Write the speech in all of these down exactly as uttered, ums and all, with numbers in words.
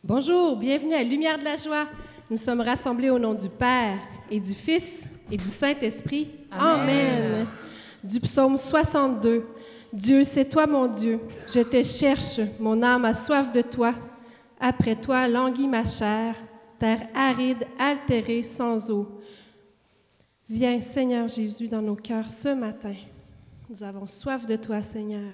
Bonjour, bienvenue à Lumière de la joie. Nous sommes rassemblés au nom du Père et du Fils et du Saint-Esprit. Amen. Amen. Du psaume soixante-deux. Dieu, c'est toi mon Dieu. Je te cherche, mon âme a soif de toi. Après toi languit ma chair, terre aride, altérée, sans eau. Viens, Seigneur Jésus, dans nos cœurs ce matin. Nous avons soif de toi, Seigneur.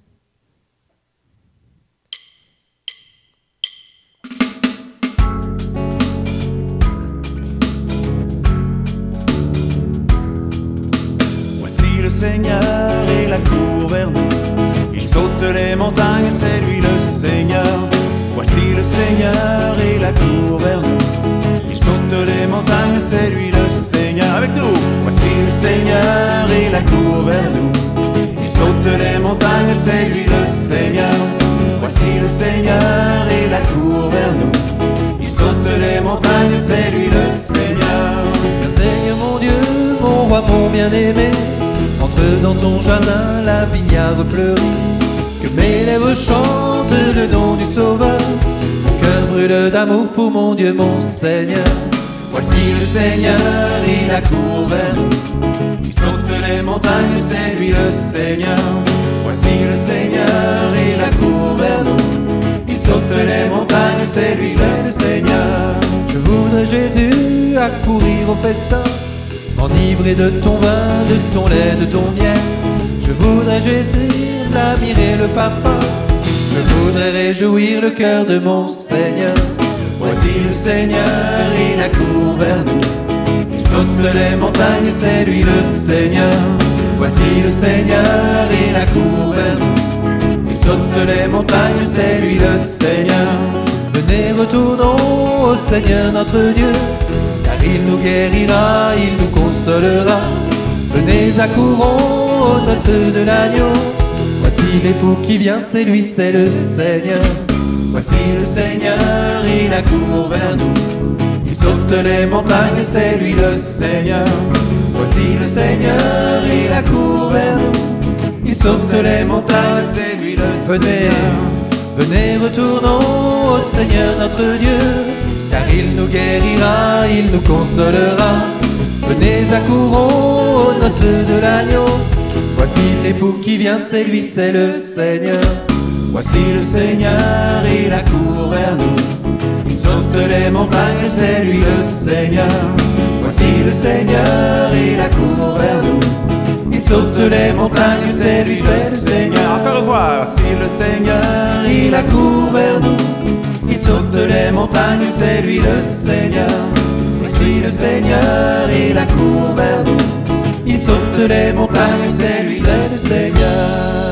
Le Seigneur et la cour vers nous. Il saute les montagnes, c'est lui le Seigneur. Voici le Seigneur et la cour vers nous. Il saute les montagnes, c'est lui le Seigneur. Avec nous. Voici le Seigneur et la cour vers nous. Il saute les montagnes, c'est lui le Seigneur. Voici le Seigneur et la cour vers nous. Il saute les montagnes, c'est lui le Seigneur. Car Seigneur mon Dieu, mon roi, mon bien-aimé, entre dans ton jardin, la vignard fleurit. Que mes lèvres chantent le nom du Sauveur. Mon cœur brûle d'amour pour mon Dieu, mon Seigneur. Voici le Seigneur, il accourt vers nous. Il saute les montagnes, c'est lui le Seigneur. Voici le Seigneur, il accourt vers nous. Il saute les montagnes, c'est lui le Seigneur. Je voudrais Jésus accourir au festin, m'enivrer de ton vin, de ton lait, de ton miel. Je voudrais Jésus, l'admirer, le parfum. Je voudrais réjouir le cœur de mon Seigneur. Voici le Seigneur, il accourt vers nous. Il saute les montagnes, c'est lui le Seigneur. Voici le Seigneur, il accourt vers nous. Il saute les montagnes, c'est lui le Seigneur. Venez, retournons au Seigneur notre Dieu, car il nous guérira, il nous consolera. Venez, accourons aux noces de l'agneau. Voici l'époux qui vient, c'est lui, c'est le Seigneur. Voici le Seigneur, il accourt vers nous. Il saute les montagnes, c'est lui le Seigneur. Voici le Seigneur, il accourt vers nous. Il saute les montagnes, c'est lui le Venez, Seigneur. venez, retournons au Seigneur notre Dieu, car il nous guérira, il nous consolera. Venez, accourons aux noces de l'agneau. Voici l'époux qui vient, c'est lui, c'est le Seigneur. Voici le Seigneur, il accourt vers nous. Il saute les montagnes, c'est lui le Seigneur. Voici le Seigneur, il accourt vers nous. Il saute les montagnes, c'est lui le Seigneur. Encore une fois. Voici le Seigneur, il accourt vers nous. Il saute les montagnes, c'est lui le Seigneur. Voici le Seigneur, il accourt vers nous. Il saute les montagnes, c'est lui le Seigneur.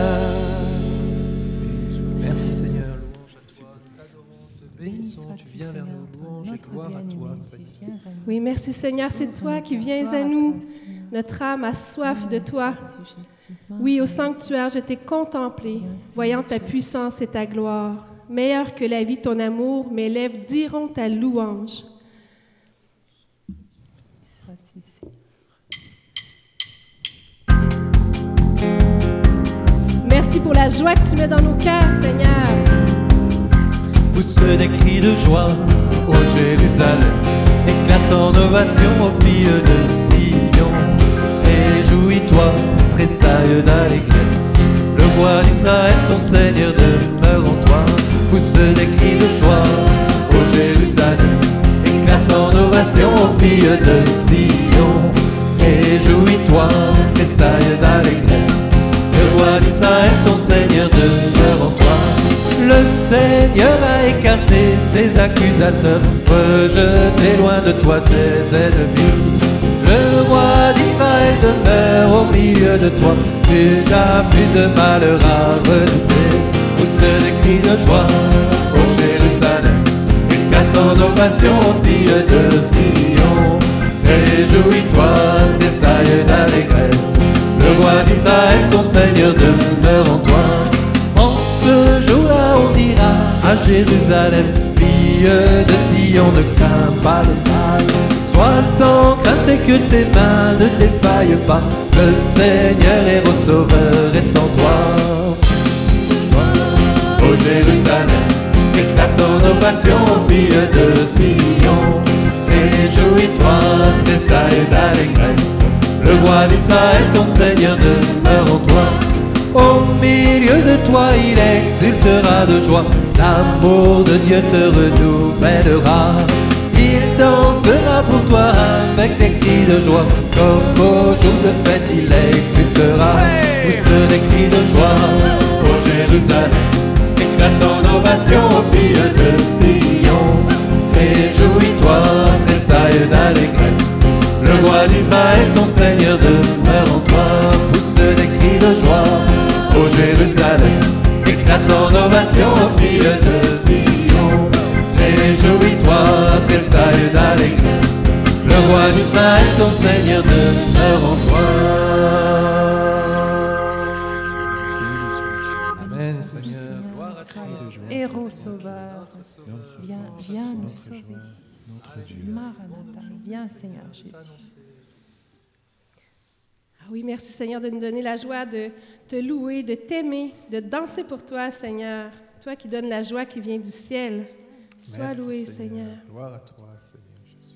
Merci Seigneur, louange à toi, nous t'adorons, te bénissons, tu viens vers nous, louange et gloire à toi Seigneur. Oui, merci Seigneur, c'est toi qui viens à nous. Notre âme a soif de toi. Oui, au sanctuaire, je t'ai contemplé, voyant ta puissance et ta gloire. Meilleur que la vie, ton amour, mes lèvres diront ta louange. Merci pour la joie que tu mets dans nos cœurs, Seigneur. Pousse des cris de joie ô Jérusalem, éclate en ovation aux filles de Sion. Réjouis-toi, tressaille d'allégresse, le roi d'Israël, ton Seigneur, demeure en toi. Pousse des cris de joie ô Jérusalem, éclate en ovation aux filles de Sion. Réjouis-toi, tressaille d'allégresse, le roi d'Israël, ton Seigneur, demeure en toi. Le Seigneur a écarté tes accusateurs, rejeté loin de toi tes ennemis. Le roi d'Israël demeure au milieu de toi, tu n'as plus de malheur à redouter. Pousse des cris de joie ô Jérusalem, éclate en ovation aux filles de Sion. Réjouis-toi, tressaille d'allégresse, le roi d'Israël, ton Seigneur, demeure en toi. En ce jour-là, on dira à Jérusalem, fille de Sion, ne crains pas le mal. Sois sans crainte et que tes mains ne défaillent pas, le Seigneur et au Sauveur est en toi. Ô Jérusalem, éclate en innovation aux filles de Sion. Réjouis-toi, tressaille d'allégresse, le roi d'Israël, ton Seigneur, demeure en toi. Au milieu de toi, il exultera de joie, l'amour de Dieu te renouvellera. Il dansera pour toi avec des cris de joie, comme au jour de fête, il exultera. Pousse des cris de joie, ô Jérusalem, éclate en ovation aux filles de Sion. Réjouis-toi, tressaille d'allégresse, le roi d'Israël, ton Seigneur, demeure en toi. Pousse des cris de joie, ô Jérusalem, éclate en ovation aux filles de Sion. Réjouis-toi, tressaille d'allégresse, le roi d'Israël, ton Seigneur, demeure en toi. Amen, Seigneur, gloire à toi. Héros sauveur, viens, viens nous sauver. Maranatha, viens Seigneur Jésus. Ah oui, merci Seigneur de nous donner la joie de te louer, de t'aimer, de danser pour toi, Seigneur. Toi qui donnes la joie qui vient du ciel. Sois Merci, loué, Seigneur. Seigneur. Gloire à toi, Seigneur Jésus.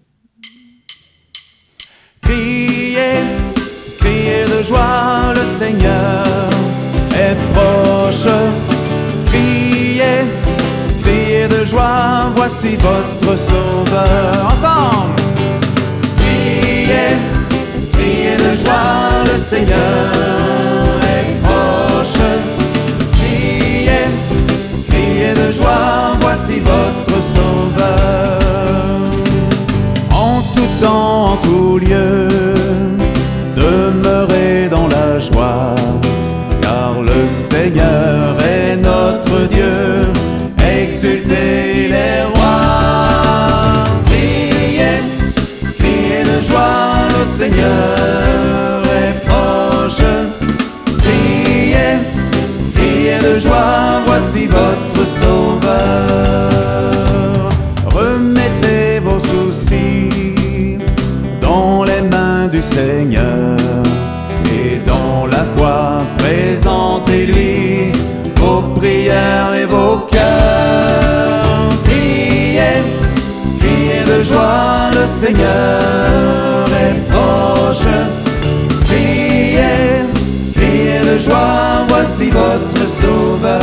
Criez, criez de joie, le Seigneur est proche. Criez, criez de joie, voici votre Sauveur. Ensemble! Criez, criez de joie, le Seigneur est proche. Criez, criez de joie, voici votre Sauveur. En tout temps, en tout lieu, demeurez dans la joie, car le Seigneur est notre Dieu. Exultez les rois. Criez, criez de joie, le Seigneur est proche. Criez, criez de joie, voici votre Sauveur. Remettez vos soucis dans les mains du Seigneur, et dans la foi présentez-lui vos prières et vos cœurs. Criez, criez de joie, le Seigneur est proche. Criez, criez de joie, voici votre Sauveur.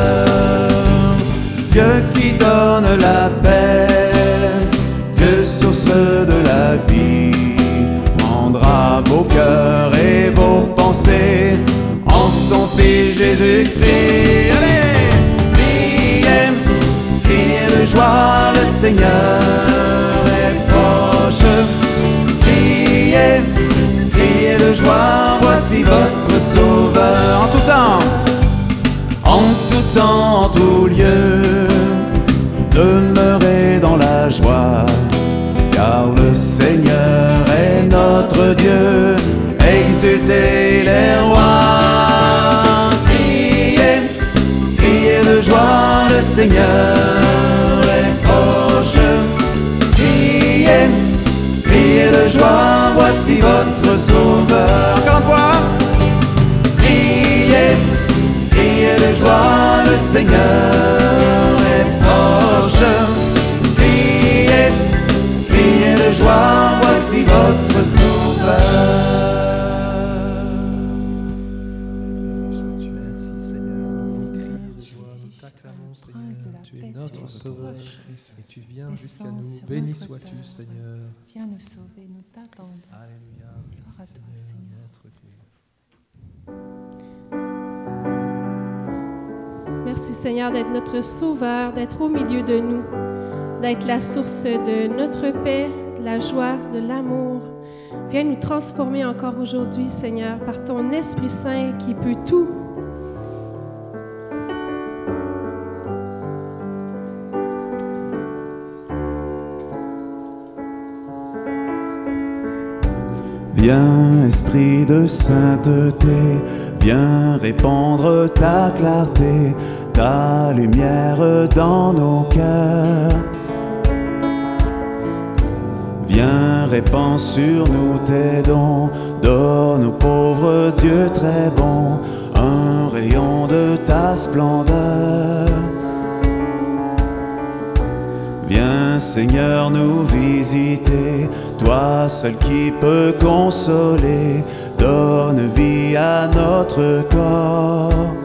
Dieu qui donne la paix, Dieu source de la vie, prendra vos cœurs et vos pensées en son Fils Jésus-Christ. Allez, criez, criez de joie, le Seigneur est proche. Criez, criez de joie, voici votre Sauveur. En tout temps, en tout temps, en tout lieu, demeurez dans la joie, car le Seigneur est notre Dieu. Exultez les rois. Criez, criez de joie, le Seigneur est proche. Criez, criez de joie, voici votre Sauveur. Encore une fois. Criez, criez de joie, le Seigneur est proche. Criez, criez de joie, voici votre Sauveur. Merci Seigneur. Nous t'acclamons Seigneur. Tu es notre Sauveur et tu viens jusqu'à nous. Béni sois-tu Seigneur. Viens nous sauver, nous t'attendons. Alléluia. Gloire à toi Seigneur. Notre Dieu. Merci Seigneur d'être notre Sauveur, d'être au milieu de nous, d'être la source de notre paix, de la joie, de l'amour. Viens nous transformer encore aujourd'hui, Seigneur, par ton Esprit Saint qui peut tout. Viens, Esprit de sainteté, viens répandre ta clarté, ta lumière dans nos cœurs. Viens, répands sur nous tes dons, donne aux pauvres Dieu très bon, un rayon de ta splendeur. Viens Seigneur nous visiter, toi seul qui peux consoler, donne vie à notre corps.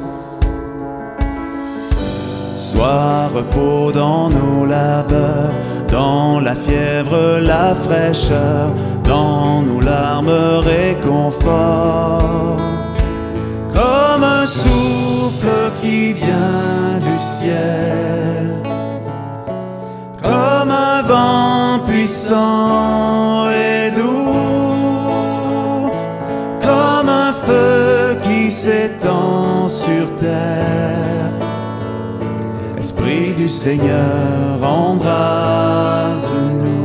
Sois repos dans nos labeurs, dans la fièvre, la fraîcheur, dans nos larmes, réconfort. Comme un souffle qui vient du ciel, comme un vent puissant et doux, comme un feu qui s'étend sur terre. Esprit du Seigneur, embrase-nous.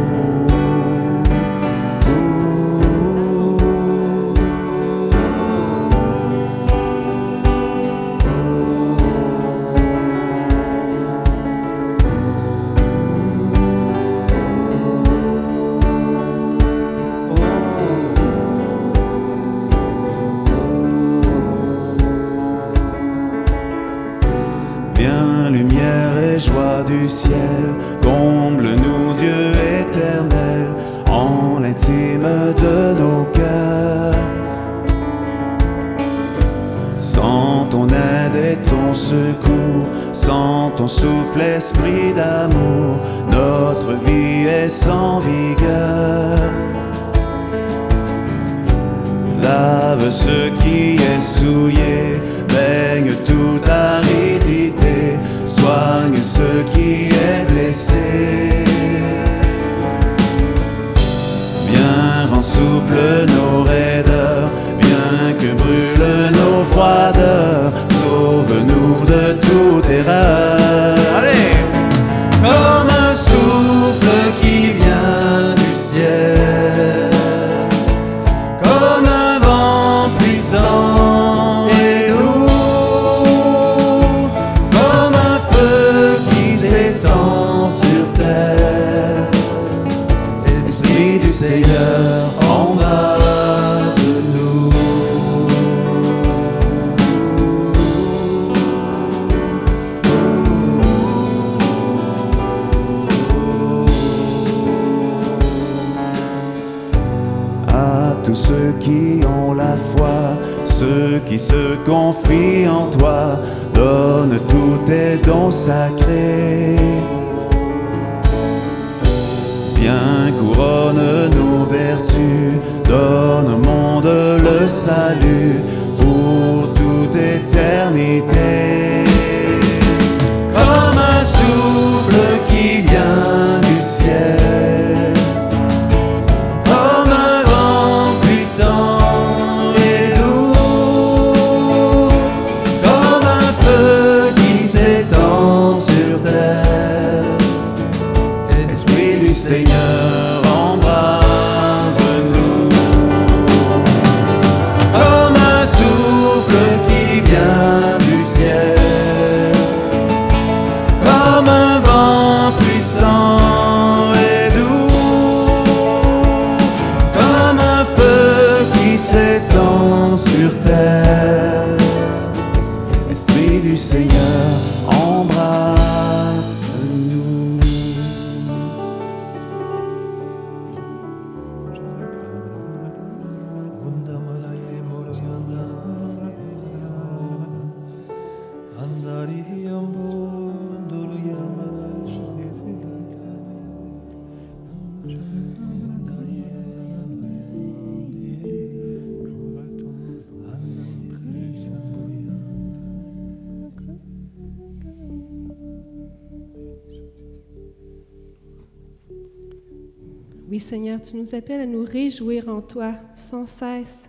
Viens, lumière et joie du ciel, comble-nous, Dieu éternel, en l'intime de nos cœurs. Sans ton aide et ton secours, sans ton souffle, esprit d'amour, notre vie est sans vigueur. Lave ce qui est souillé, baigne toute aridité, soigne ce qui est blessé. Viens, rends souple nos raideurs, bien que brûlent nos froideurs, sauve-nous de toute erreur. Allez! Comme un souffle qui vient du ciel, comme un vent puissant et lourd, comme un feu qui s'étend sur terre. Esprit du Seigneur, embrase-nous. À tous ceux qui ont la foi, ceux qui se confient en toi, donne tous tes dons sacrés. Viens, couronne nos vertus, donne au monde le salut pour toute éternité. Comme un souffle qui vient du ciel, comme un vent puissant et doux, comme un feu qui s'étend sur terre. Esprit du Seigneur, embrase-nous. Comme un souffle qui vient du ciel, comme un vent puissant et doux, comme un feu qui s'étend sur terre. Esprit du Seigneur, embrase-nous. Oui, Seigneur, tu nous appelles à nous réjouir en toi sans cesse.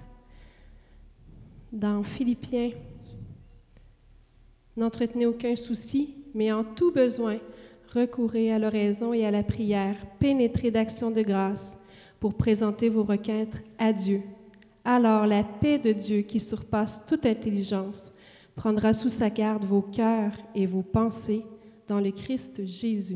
Dans Philippiens, n'entretenez aucun souci, mais en tout besoin, recourez à l'oraison et à la prière, pénétrez d'actions de grâce pour présenter vos requêtes à Dieu. Alors la paix de Dieu, qui surpasse toute intelligence, prendra sous sa garde vos cœurs et vos pensées dans le Christ Jésus.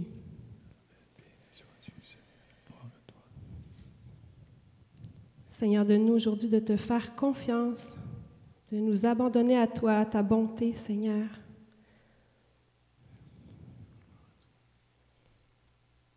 Seigneur, donne-nous aujourd'hui de te faire confiance, de nous abandonner à toi, à ta bonté, Seigneur.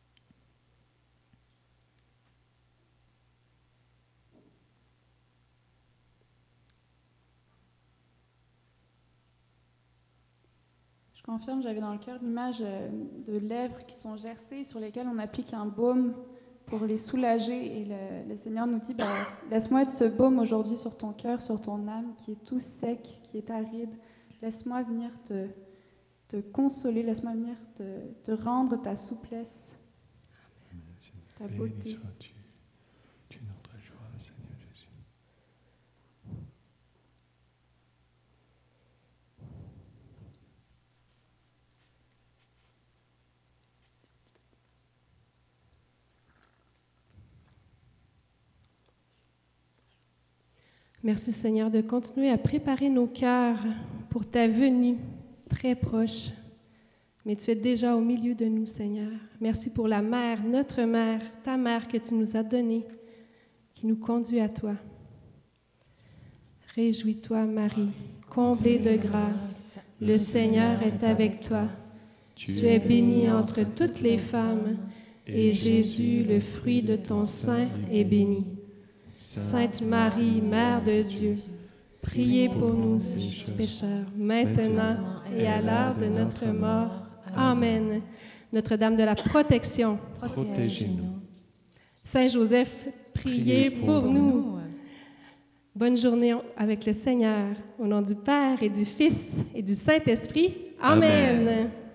confirme, j'avais dans le cœur l'image euh, de lèvres qui sont gercées, sur lesquelles on applique un baume pour les soulager. Et le, le Seigneur nous dit, ben, laisse-moi être ce baume aujourd'hui sur ton cœur, sur ton âme, qui est tout sec, qui est aride. Laisse-moi venir te, te consoler, laisse-moi venir te, te rendre ta souplesse, ta beauté. Sois-tu. Tu es notre joie, Seigneur Jésus. Merci Seigneur de continuer à préparer nos cœurs pour ta venue très proche. Mais tu es déjà au milieu de nous, Seigneur. Merci pour la mère, notre mère, ta mère que tu nous as donnée, qui nous conduit à toi. Réjouis-toi, Marie, comblée de grâce. Le Seigneur est avec toi. Tu es bénie entre toutes les femmes, et Jésus, le fruit de ton sein, est béni. Sainte Marie, Mère de Dieu, priez pour nous pécheurs, maintenant et à l'heure de notre mort. Amen. Notre-Dame de la protection, Protégez-nous. Saint Joseph, priez pour nous. Bonne journée avec le Seigneur. Au nom du Père et du Fils et du Saint-Esprit. Amen. Amen.